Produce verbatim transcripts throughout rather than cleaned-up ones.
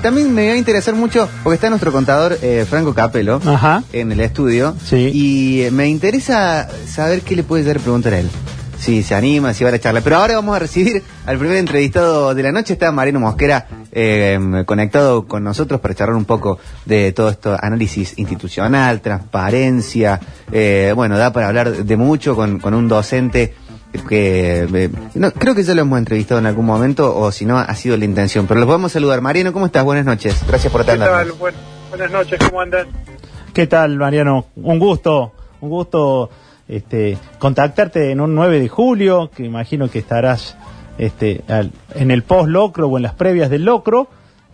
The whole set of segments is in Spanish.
también me va a interesar mucho, porque está nuestro contador eh, Franco Capello Ajá. en el estudio, sí. y me interesa saber qué le puede llegar a preguntar a él. Si se anima, si va a la charla. Pero ahora vamos a recibir al primer entrevistado de la noche. Está Mariano Mosquera eh, conectado con nosotros para charlar un poco de todo esto, análisis institucional, transparencia. Eh, bueno, da para hablar de mucho con, con un docente que eh, no, creo que ya lo hemos entrevistado en algún momento, o si no, ha sido la intención. Pero los podemos saludar. Mariano, ¿cómo estás? Buenas noches. Gracias por atendernos. ¿Qué tal? Buen, buenas noches, ¿cómo andan? ¿Qué tal, Mariano? Un gusto, un gusto... Este, contactarte en un nueve de julio, que imagino que estarás este, al, en el post-locro o en las previas del locro,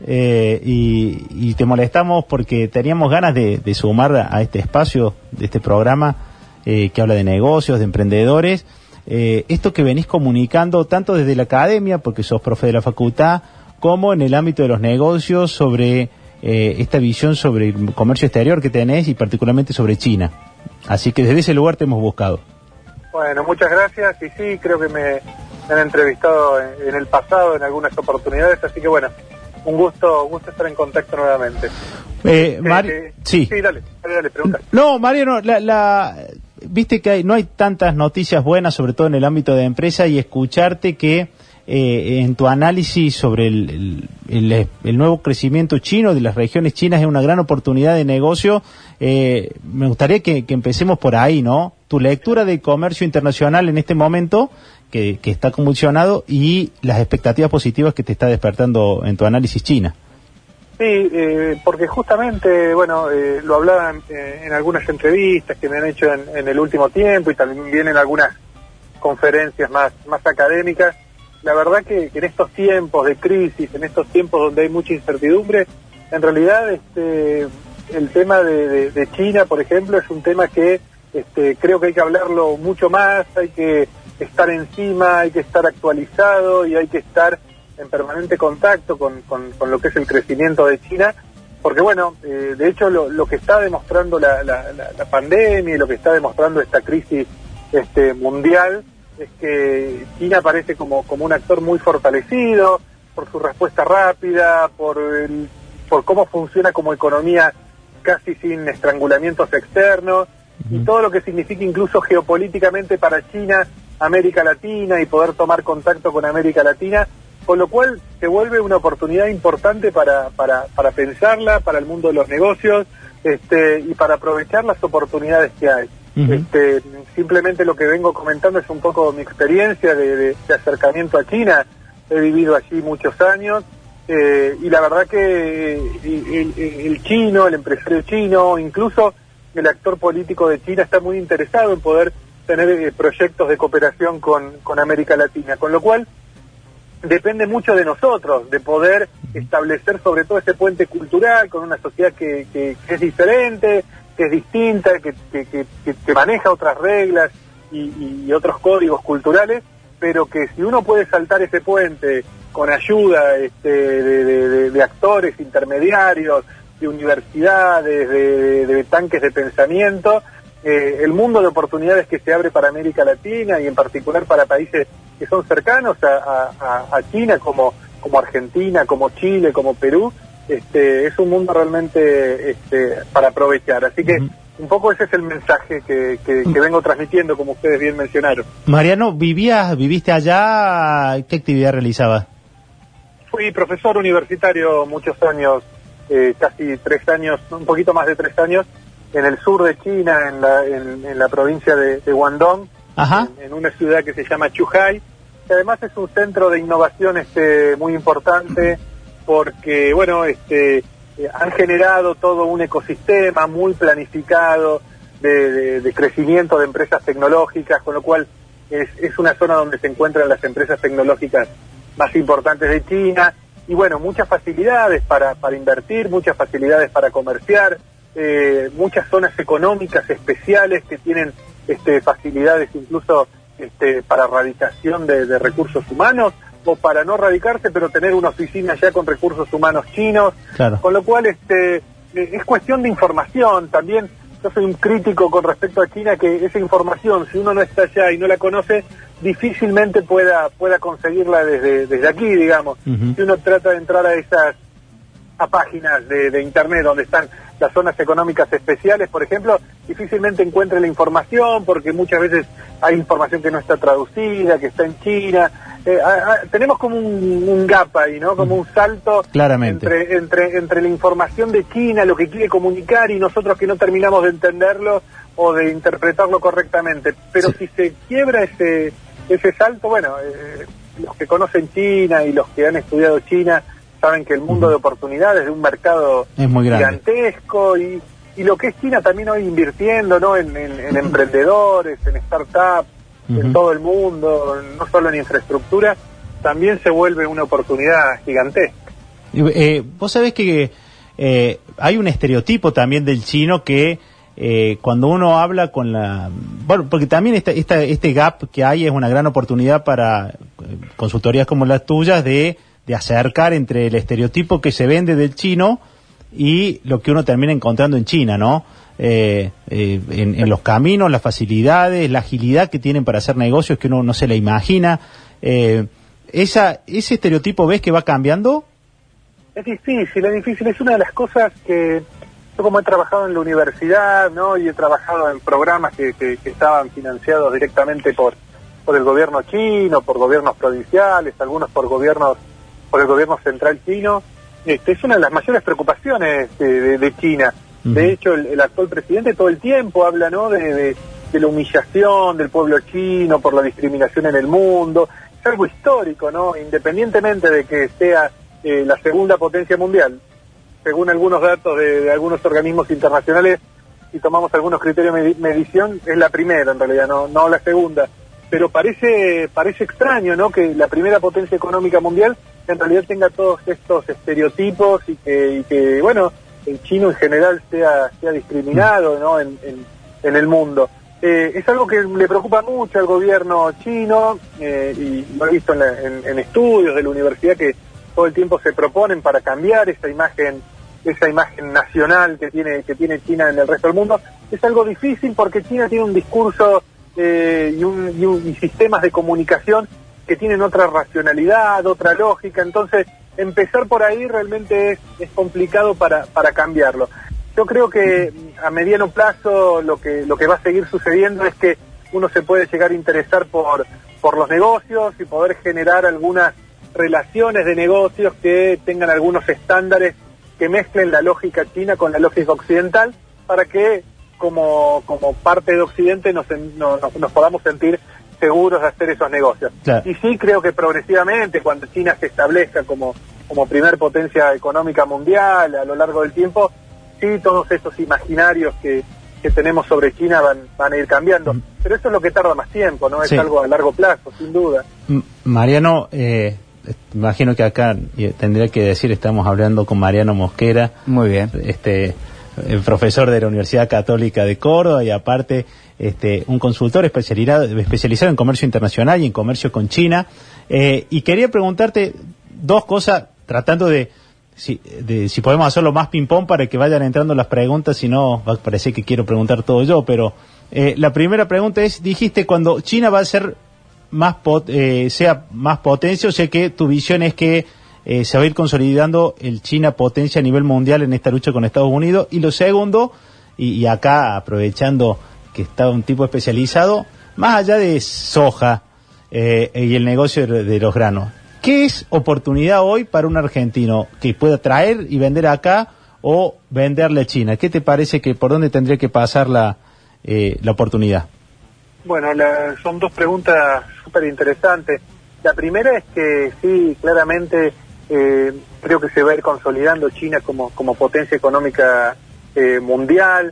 eh, y, y te molestamos porque teníamos ganas de, de sumar a, a este espacio, de este programa eh, que habla de negocios, de emprendedores, eh, esto que venís comunicando tanto desde la academia, porque sos profe de la facultad, como en el ámbito de los negocios, sobre eh, esta visión sobre el comercio exterior que tenés y particularmente sobre China. Así que desde ese lugar te hemos buscado. Bueno, muchas gracias. Y sí, creo que me, me han entrevistado en, en el pasado en algunas oportunidades, así que bueno, un gusto, un gusto estar en contacto nuevamente. Eh, Mari- eh, sí. Sí, dale, dale, dale, pregunta. No, Mariano, la, la, viste que hay, no hay tantas noticias buenas, sobre todo en el ámbito de empresa, y escucharte que eh, en tu análisis sobre el, el, el, el nuevo crecimiento chino de las regiones chinas es una gran oportunidad de negocio. Eh, me gustaría que, que empecemos por ahí, ¿no? Tu lectura del comercio internacional en este momento, que, que está convulsionado, y las expectativas positivas que te está despertando en tu análisis China. Sí, eh, porque justamente, bueno, eh, lo hablaba en, en algunas entrevistas que me han hecho en, en el último tiempo, y también en algunas conferencias más, más académicas. La verdad que, que en estos tiempos de crisis, en estos tiempos donde hay mucha incertidumbre, en realidad este el tema de, de, de China, por ejemplo, es un tema que este, creo que hay que hablarlo mucho más, hay que estar encima, hay que estar actualizado y hay que estar en permanente contacto con, con, con lo que es el crecimiento de China, porque bueno, eh, de hecho lo, lo que está demostrando la, la, la, la pandemia y lo que está demostrando esta crisis este, mundial es que China aparece como, como un actor muy fortalecido por su respuesta rápida, por, el, por cómo funciona como economía casi sin estrangulamientos externos, uh-huh. y todo lo que significa incluso geopolíticamente para China, América Latina, y poder tomar contacto con América Latina, con lo cual se vuelve una oportunidad importante para, para, para pensarla, para el mundo de los negocios, este, y para aprovechar las oportunidades que hay. Uh-huh. Este, simplemente lo que vengo comentando es un poco mi experiencia de, de, de acercamiento a China. He vivido allí muchos años, eh, y la verdad que el, el, el chino, el empresario chino, incluso el actor político de China está muy interesado en poder tener eh, proyectos de cooperación con, con América Latina, con lo cual depende mucho de nosotros, de poder establecer sobre todo ese puente cultural con una sociedad que, que, que es diferente, que es distinta, que, que, que, que maneja otras reglas y, y otros códigos culturales, pero que si uno puede saltar ese puente con ayuda este, de, de, de actores intermediarios, de universidades, de, de, de tanques de pensamiento, eh, el mundo de oportunidades que se abre para América Latina y en particular para países que son cercanos a, a, a China, como, como Argentina, como Chile, como Perú, este, es un mundo realmente este, para aprovechar. Así que uh-huh. un poco ese es el mensaje que, que, que vengo transmitiendo, como ustedes bien mencionaron. Mariano, ¿vivías, viviste allá? ¿Qué actividad realizabas? Fui profesor universitario muchos años, eh, casi tres años, un poquito más de tres años, en el sur de China, en la, en, en la provincia de, de Guangdong, en, en una ciudad que se llama Zhuhai, que además es un centro de innovación este, muy importante, porque, bueno, este, eh, han generado todo un ecosistema muy planificado de, de, de crecimiento de empresas tecnológicas, con lo cual es, es una zona donde se encuentran las empresas tecnológicas más importantes de China, y bueno, muchas facilidades para, para invertir, muchas facilidades para comerciar, eh, muchas zonas económicas especiales que tienen este, facilidades incluso este, para radicación de, de recursos humanos, o para no radicarse, pero tener una oficina ya con recursos humanos chinos, claro. Con lo cual este es cuestión de información. También yo soy un crítico con respecto a China, que esa información, si uno no está allá y no la conoce, difícilmente pueda pueda conseguirla desde desde aquí, digamos. Uh-huh. Si uno trata de entrar a esas a páginas de, de internet donde están las zonas económicas especiales, por ejemplo, difícilmente encuentre la información porque muchas veces hay información que no está traducida, que está en China. Eh, a, a, tenemos como un, un gap ahí, ¿no? Como un salto Claramente. entre entre entre la información de China, lo que quiere comunicar, y nosotros que no terminamos de entenderlo o de interpretarlo correctamente. Pero sí. Si se quiebra ese ese salto, bueno, eh, los que conocen China y los que han estudiado China saben que el mundo uh-huh. de oportunidades de un mercado es muy gigantesco y, y lo que es China también hoy invirtiendo, ¿no? en, en, en emprendedores, en startups, uh-huh. en todo el mundo, no solo en infraestructura, también se vuelve una oportunidad gigantesca. Eh, vos sabés que eh, hay un estereotipo también del chino que eh, cuando uno habla con la... Bueno, porque también esta, esta, este gap que hay es una gran oportunidad para eh, consultorías como las tuyas de... de acercar entre el estereotipo que se vende del chino y lo que uno termina encontrando en China, ¿no? Eh, eh, en, en los caminos, las facilidades, la agilidad que tienen para hacer negocios que uno no se la imagina. Eh, esa, ¿Ese estereotipo ves que va cambiando? Es difícil, es difícil. Es una de las cosas que yo, como he trabajado en la universidad, ¿no? Y he trabajado en programas que, que, que estaban financiados directamente por, por el gobierno chino, por gobiernos provinciales, algunos por gobiernos por el gobierno central chino. Este, es una de las mayores preocupaciones de, de, de China. Uh-huh. De hecho, el, el actual presidente todo el tiempo habla, ¿no? de, de, de la humillación del pueblo chino por la discriminación en el mundo. Es algo histórico, ¿no? Independientemente de que sea eh, la segunda potencia mundial, según algunos datos de, de algunos organismos internacionales, si tomamos algunos criterios de medición, es la primera en realidad, no, no la segunda. Pero parece parece extraño, ¿no? Que la primera potencia económica mundial en realidad tenga todos estos estereotipos y que, y que bueno, el chino en general sea sea discriminado, ¿no? En, en, en el mundo. Eh, es algo que le preocupa mucho al gobierno chino, eh, y lo he visto en, la, en, en estudios de la universidad que todo el tiempo se proponen para cambiar esa imagen esa imagen nacional que tiene que tiene China en el resto del mundo. Es algo difícil porque China tiene un discurso eh, y, un, y, un, y sistemas de comunicación que tienen otra racionalidad, otra lógica. Entonces, empezar por ahí realmente es, es complicado para, para cambiarlo. Yo creo que a mediano plazo lo que lo que va a seguir sucediendo es que uno se puede llegar a interesar por por los negocios y poder generar algunas relaciones de negocios que tengan algunos estándares que mezclen la lógica china con la lógica occidental para que como como parte de Occidente nos, nos, nos podamos sentir seguros de hacer esos negocios. Claro. Y sí creo que progresivamente, cuando China se establezca como, como primer potencia económica mundial a lo largo del tiempo, sí todos esos imaginarios que, que tenemos sobre China van, van a ir cambiando. Mm. Pero eso es lo que tarda más tiempo, ¿no? Es sí. algo a largo plazo, sin duda. M- Mariano, eh, imagino que acá tendría que decir, estamos hablando con Mariano Mosquera. Muy bien. Este, el profesor de la Universidad Católica de Córdoba y aparte este, un consultor especializado, especializado en comercio internacional y en comercio con China. Eh, y quería preguntarte dos cosas, tratando de si, de si podemos hacerlo más ping-pong para que vayan entrando las preguntas, si no va a parecer que quiero preguntar todo yo, pero eh, la primera pregunta es, dijiste cuando China va a ser más pot, eh, sea más potencia, o sea que tu visión es que Eh, se va a ir consolidando el China potencia a nivel mundial en esta lucha con Estados Unidos. Y lo segundo, y, y acá aprovechando que está un tipo especializado, más allá de soja eh, y el negocio de, de los granos, ¿qué es oportunidad hoy para un argentino que pueda traer y vender acá o venderle a China? ¿Qué te parece que por dónde tendría que pasar la, eh, la oportunidad? Bueno, la, son dos preguntas súper interesantes. La primera es que sí, claramente Eh, creo que se va a ir consolidando China como, como potencia económica eh, mundial.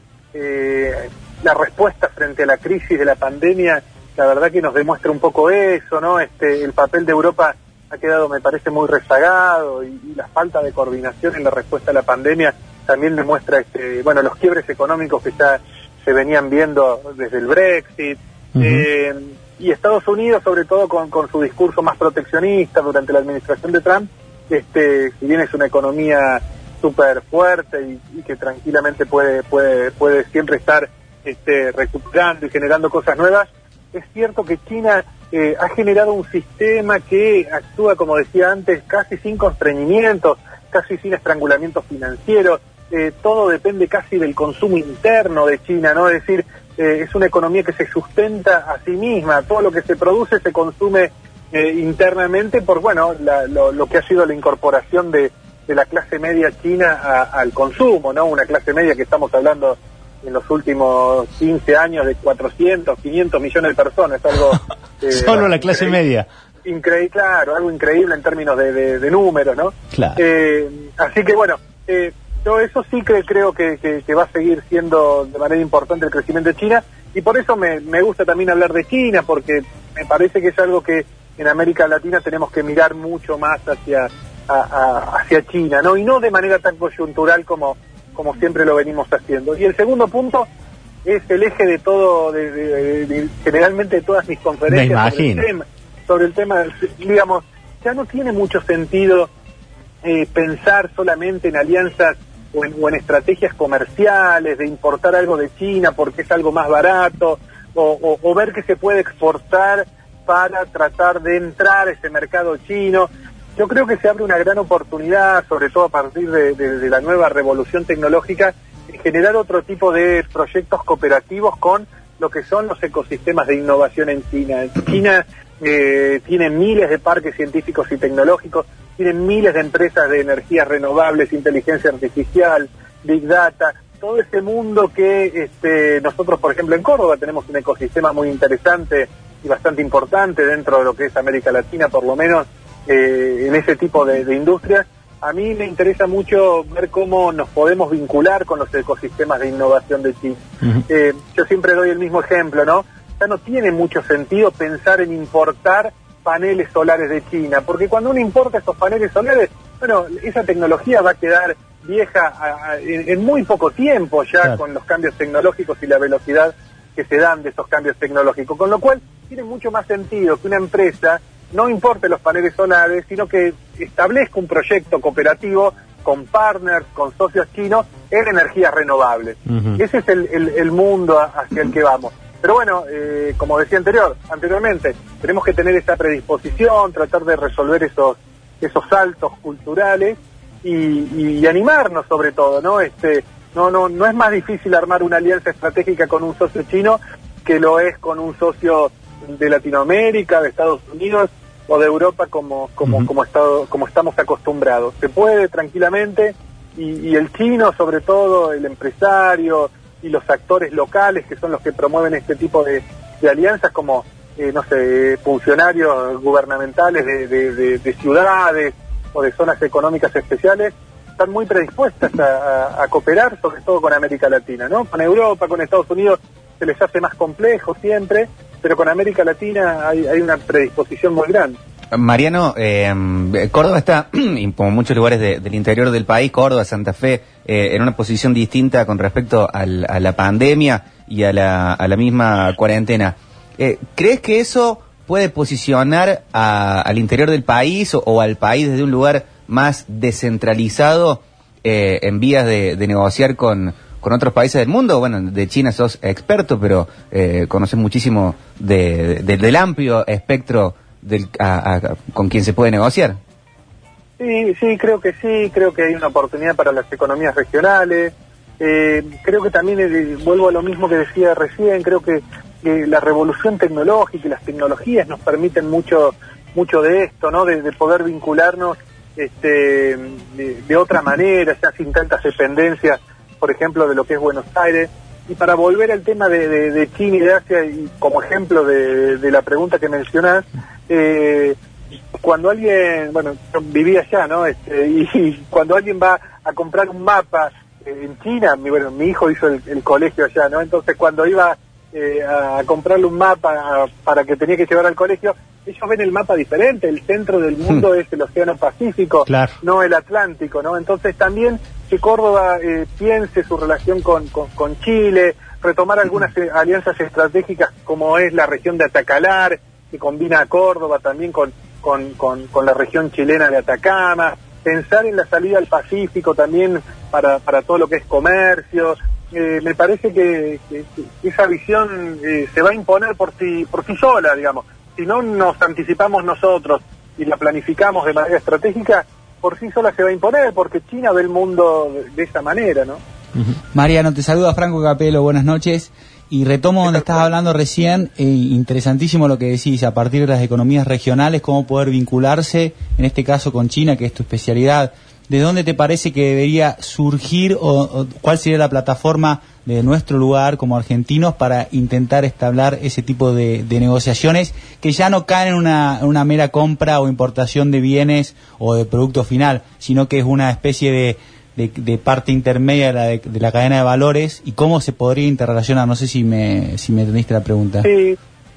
Eh, la respuesta frente a la crisis de la pandemia, la verdad que nos demuestra un poco eso, ¿no? Este, el papel de Europa ha quedado, me parece, muy rezagado y, y la falta de coordinación en la respuesta a la pandemia también demuestra, este, bueno, los quiebres económicos que ya se venían viendo desde el Brexit. Uh-huh. Eh, y Estados Unidos, sobre todo con, con su discurso más proteccionista durante la administración de Trump, este, si bien es una economía súper fuerte y, y que tranquilamente puede puede puede siempre estar este, recuperando y generando cosas nuevas, es cierto que China eh, ha generado un sistema que actúa, como decía antes, casi sin constreñimientos, casi sin estrangulamiento financiero, eh, todo depende casi del consumo interno de China, ¿no? Es decir, eh, es una economía que se sustenta a sí misma, todo lo que se produce se consume eh, internamente por, bueno, la, lo, lo que ha sido la incorporación de, de la clase media china a, al consumo, ¿no? Una clase media que estamos hablando en los últimos quince años de cuatrocientos, quinientos millones de personas, algo... Eh, Solo bueno, la clase media. Increíble, claro, algo increíble en términos de, de, de números, ¿no? Claro. Eh, así que bueno, eh, yo eso sí que creo que, que, que va a seguir siendo de manera importante el crecimiento de China, y por eso me, me gusta también hablar de China, porque me parece que es algo que en América Latina tenemos que mirar mucho más hacia, a, a, hacia China, ¿no? Y no de manera tan coyuntural como, como siempre lo venimos haciendo. Y el segundo punto es el eje de todo, de, de, de, de, generalmente de todas mis conferencias. Me imagino. Sobre el tema, sobre el tema, digamos, ya no tiene mucho sentido eh, pensar solamente en alianzas o en, o en estrategias comerciales, de importar algo de China porque es algo más barato, o, o, o ver que se puede exportar para tratar de entrar a ese mercado chino. Yo creo que se abre una gran oportunidad, sobre todo a partir de, de, de la nueva revolución tecnológica, de generar otro tipo de proyectos cooperativos con lo que son los ecosistemas de innovación en China. En China eh, tiene miles de parques científicos y tecnológicos, tienen miles de empresas de energías renovables, inteligencia artificial, big data, todo ese mundo que este, nosotros, por ejemplo, en Córdoba tenemos un ecosistema muy interesante y bastante importante dentro de lo que es América Latina, por lo menos eh, en ese tipo de, de industrias. A mí me interesa mucho ver cómo nos podemos vincular con los ecosistemas de innovación de China. Uh-huh. Eh, yo siempre doy el mismo ejemplo, ¿no? Ya no tiene mucho sentido pensar en importar paneles solares de China, porque cuando uno importa estos paneles solares, bueno, esa tecnología va a quedar vieja a, a, en, en muy poco tiempo ya, claro, con los cambios tecnológicos y la velocidad que se dan de esos cambios tecnológicos, con lo cual tiene mucho más sentido que una empresa no importe los paneles solares, sino que establezca un proyecto cooperativo con partners, con socios chinos en energías renovables. Uh-huh. Ese es el, el, el mundo hacia el que vamos. Pero bueno, eh, como decía anterior, anteriormente, tenemos que tener esa predisposición, tratar de resolver esos esos saltos culturales y, y, y animarnos sobre todo, ¿no? Este, no, no, no es más difícil armar una alianza estratégica con un socio chino que lo es con un socio de Latinoamérica, de Estados Unidos o de Europa como como uh-huh. como estado como estamos acostumbrados. Se puede tranquilamente y, y el chino, sobre todo el empresario y los actores locales que son los que promueven este tipo de, de alianzas, como eh, no sé, funcionarios gubernamentales de, de, de, de ciudades o de zonas económicas especiales, están muy predispuestas a, a, a cooperar, sobre todo con América Latina, ¿no? Con Europa, con Estados Unidos se les hace más complejo siempre, pero con América Latina hay, hay una predisposición muy grande. Mariano, eh, Córdoba está, como muchos lugares de, del interior del país, Córdoba, Santa Fe, eh, en una posición distinta con respecto al, a la pandemia y a la, a la misma cuarentena. Eh, ¿Crees que eso puede posicionar a, al interior del país o, o al país desde un lugar más descentralizado eh, en vías de, de negociar con, con otros países del mundo? Bueno, de China sos experto, pero eh, conoces muchísimo de, de, del amplio espectro del, a, a, con quien se puede negociar. Sí, sí, creo que sí, creo que hay una oportunidad para las economías regionales. Eh, creo que también, eh, vuelvo a lo mismo que decía recién, creo que eh, la revolución tecnológica y las tecnologías nos permiten mucho mucho de esto, ¿no? De, de poder vincularnos este, de, de otra manera, ya sin tantas dependencias, por ejemplo, de lo que es Buenos Aires. Y para volver al tema de, de, de China y de Asia, y como ejemplo de, de la pregunta que mencionás, eh, cuando alguien, bueno, yo viví allá, ¿no? Este, y, y cuando alguien va a comprar un mapa eh, en China, mi, bueno, mi hijo hizo el, el colegio allá, ¿no? Entonces cuando iba eh, a comprarle un mapa a, para que tenía que llevar al colegio, ellos ven el mapa diferente, el centro del mundo hmm. es el Océano Pacífico, claro, no el Atlántico, ¿no? Entonces también que Córdoba eh, piense su relación con, con, con Chile, retomar algunas eh, alianzas estratégicas como es la región de Atacalar, que combina a Córdoba también con, con, con, con la región chilena de Atacama, pensar en la salida al Pacífico también para, para todo lo que es comercio. Eh, me parece que, que, que esa visión eh, se va a imponer por sí, por sí sola, digamos. Si no nos anticipamos nosotros y la planificamos de manera estratégica, por sí sola se va a imponer, porque China ve el mundo de, de esa manera, ¿no? Uh-huh. Mariano, te saluda Franco Capelo, buenas noches. Y retomo donde estabas hablando recién, eh, interesantísimo lo que decís, a partir de las economías regionales, cómo poder vincularse, en este caso con China, que es tu especialidad. ¿De dónde te parece que debería surgir o, o cuál sería la plataforma de nuestro lugar como argentinos para intentar establecer ese tipo de, de negociaciones que ya no caen en una, una mera compra o importación de bienes o de producto final, sino que es una especie de De, de parte intermedia de la, de, de la cadena de valores, y cómo se podría interrelacionar? No sé si me si me entendiste la pregunta. Sí,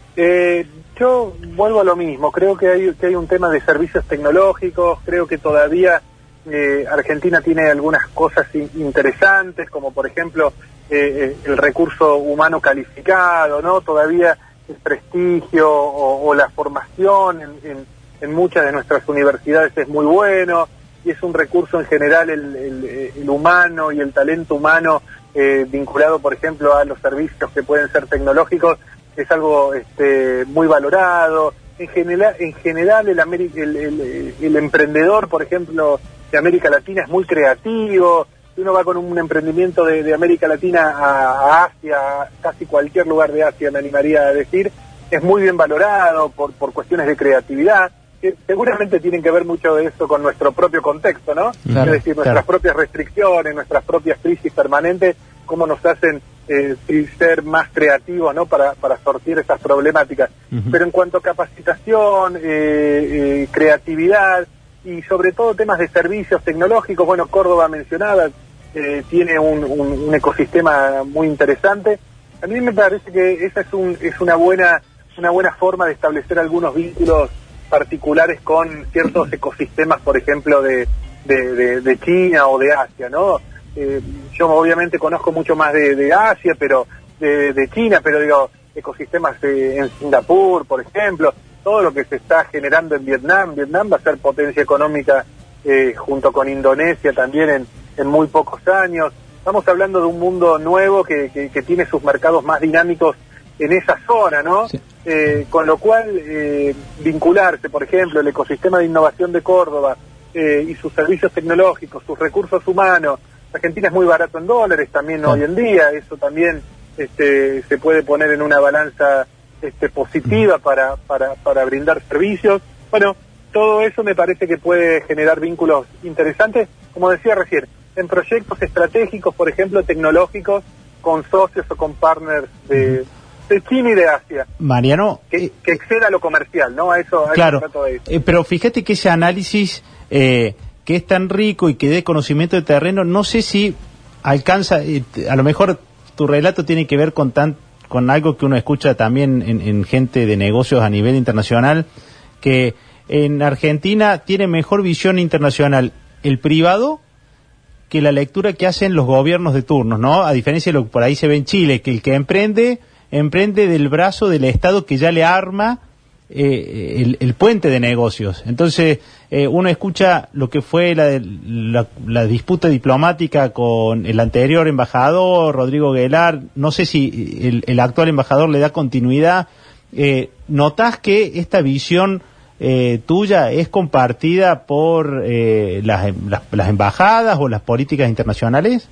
eh, yo vuelvo a lo mismo, creo que hay, que hay un tema de servicios tecnológicos, creo que todavía eh, Argentina tiene algunas cosas in, interesantes, como por ejemplo eh, el recurso humano calificado, ¿no? Todavía el prestigio o, o la formación en, en, en muchas de nuestras universidades es muy bueno, y es un recurso en general el, el, el humano y el talento humano eh, vinculado, por ejemplo, a los servicios que pueden ser tecnológicos, es algo este, muy valorado. En general, en general el, Ameri- el, el, el emprendedor, por ejemplo, de América Latina es muy creativo. Si uno va con un emprendimiento de, de América Latina a, a Asia, a casi cualquier lugar de Asia, me animaría a decir, es muy bien valorado por, por cuestiones de creatividad, que seguramente tienen que ver mucho de eso con nuestro propio contexto, ¿no? Claro, es decir, nuestras claro. propias restricciones, nuestras propias crisis permanentes, cómo nos hacen eh, ser más creativos, ¿no? Para, para sortir esas problemáticas. Uh-huh. Pero en cuanto a capacitación, eh, eh, creatividad y sobre todo temas de servicios tecnológicos, bueno, Córdoba mencionada, eh, tiene un, un, un ecosistema muy interesante. A mí me parece que esa es, un, es una buena, una buena forma de establecer algunos vínculos particulares con ciertos ecosistemas, por ejemplo, de, de, de, de China o de Asia, ¿no? Eh, yo obviamente conozco mucho más de, de Asia, pero de, de China, pero digo, ecosistemas de, en Singapur, por ejemplo, todo lo que se está generando en Vietnam. Vietnam va a ser potencia económica eh, junto con Indonesia también en, en muy pocos años. Estamos hablando de un mundo nuevo que, que, que tiene sus mercados más dinámicos en esa zona, ¿no? Sí. Eh, con lo cual, eh, vincularse, por ejemplo, el ecosistema de innovación de Córdoba eh, y sus servicios tecnológicos, sus recursos humanos. Argentina es muy barato en dólares también, ¿no? Hoy en día, eso también este, se puede poner en una balanza este, positiva para, para, para brindar servicios. Bueno, todo eso me parece que puede generar vínculos interesantes, como decía recién, en proyectos estratégicos, por ejemplo, tecnológicos, con socios o con partners de... de China y de Asia. Mariano, que, eh, que exceda lo comercial, ¿no? A eso, a claro, eso trato de ir. Eh, pero fíjate que ese análisis eh, que es tan rico y que dé conocimiento de terreno, no sé si alcanza, eh, a lo mejor tu relato tiene que ver con tan, con algo que uno escucha también en, en gente de negocios a nivel internacional, que en Argentina tiene mejor visión internacional el privado que la lectura que hacen los gobiernos de turnos, ¿no? A diferencia de lo que por ahí se ve en Chile, que el que emprende emprende del brazo del Estado que ya le arma eh, el, el puente de negocios. Entonces, eh, uno escucha lo que fue la, la, la disputa diplomática con el anterior embajador, Rodrigo Guelar, no sé si el, el actual embajador le da continuidad. Eh, ¿Notás que esta visión eh, tuya es compartida por eh, las, las, las embajadas o las políticas internacionales?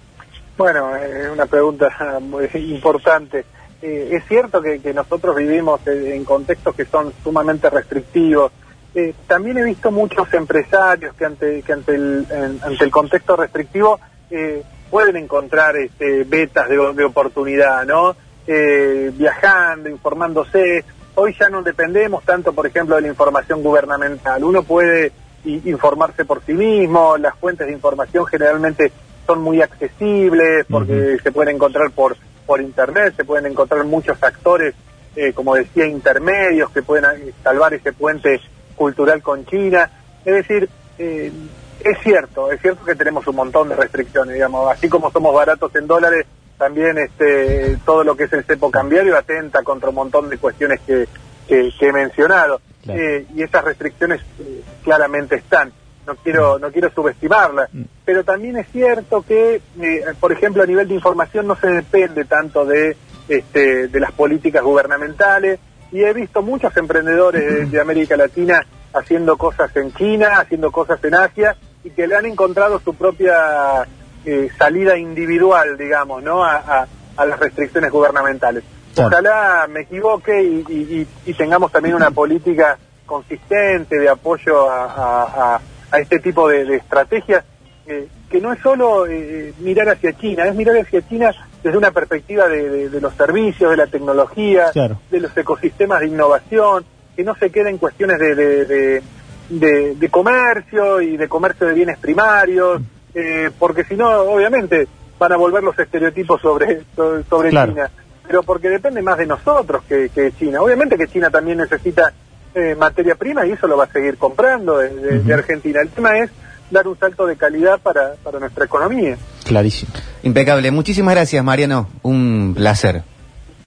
Bueno, es una pregunta muy importante. Eh, es cierto que, que nosotros vivimos en contextos que son sumamente restrictivos. Eh, también he visto muchos empresarios que ante que ante el en, ante el contexto restrictivo eh, pueden encontrar este, vetas de, de oportunidad, ¿no? Eh, viajando, informándose. Hoy ya no dependemos tanto, por ejemplo, de la información gubernamental. Uno puede i, informarse por sí mismo. Las fuentes de información generalmente son muy accesibles porque uh-huh. se pueden encontrar por por internet, se pueden encontrar muchos actores, eh, como decía, intermedios que pueden salvar ese puente cultural con China. Es decir, eh, es cierto, es cierto que tenemos un montón de restricciones, digamos, así como somos baratos en dólares, también este todo lo que es el cepo cambiario atenta contra un montón de cuestiones que, que, que he mencionado. Claro. Eh, y esas restricciones eh, claramente están. No quiero no quiero subestimarla, pero también es cierto que, eh, por ejemplo, a nivel de información no se depende tanto de este, de las políticas gubernamentales, y he visto muchos emprendedores de, de América Latina haciendo cosas en China, haciendo cosas en Asia, y que le han encontrado su propia eh, salida individual, digamos, ¿no? A, a, a las restricciones gubernamentales. Claro. Ojalá me equivoque y, y, y tengamos también una política consistente de apoyo a, a, a, a este tipo de, de estrategias, eh, que no es solo eh, mirar hacia China, es mirar hacia China desde una perspectiva de, de, de los servicios, de la tecnología, claro, de los ecosistemas de innovación, que no se quede en cuestiones de, de, de, de, de comercio y de comercio de bienes primarios, eh, porque si no, obviamente, van a volver los estereotipos sobre, sobre claro. China, pero porque depende más de nosotros que, que de China. Obviamente que China también necesita eh, materia prima y eso lo va a seguir comprando de, de, uh-huh. de Argentina. El tema es dar un salto de calidad para, para nuestra economía. Clarísimo. Impecable. Muchísimas gracias, Mariano. Un placer.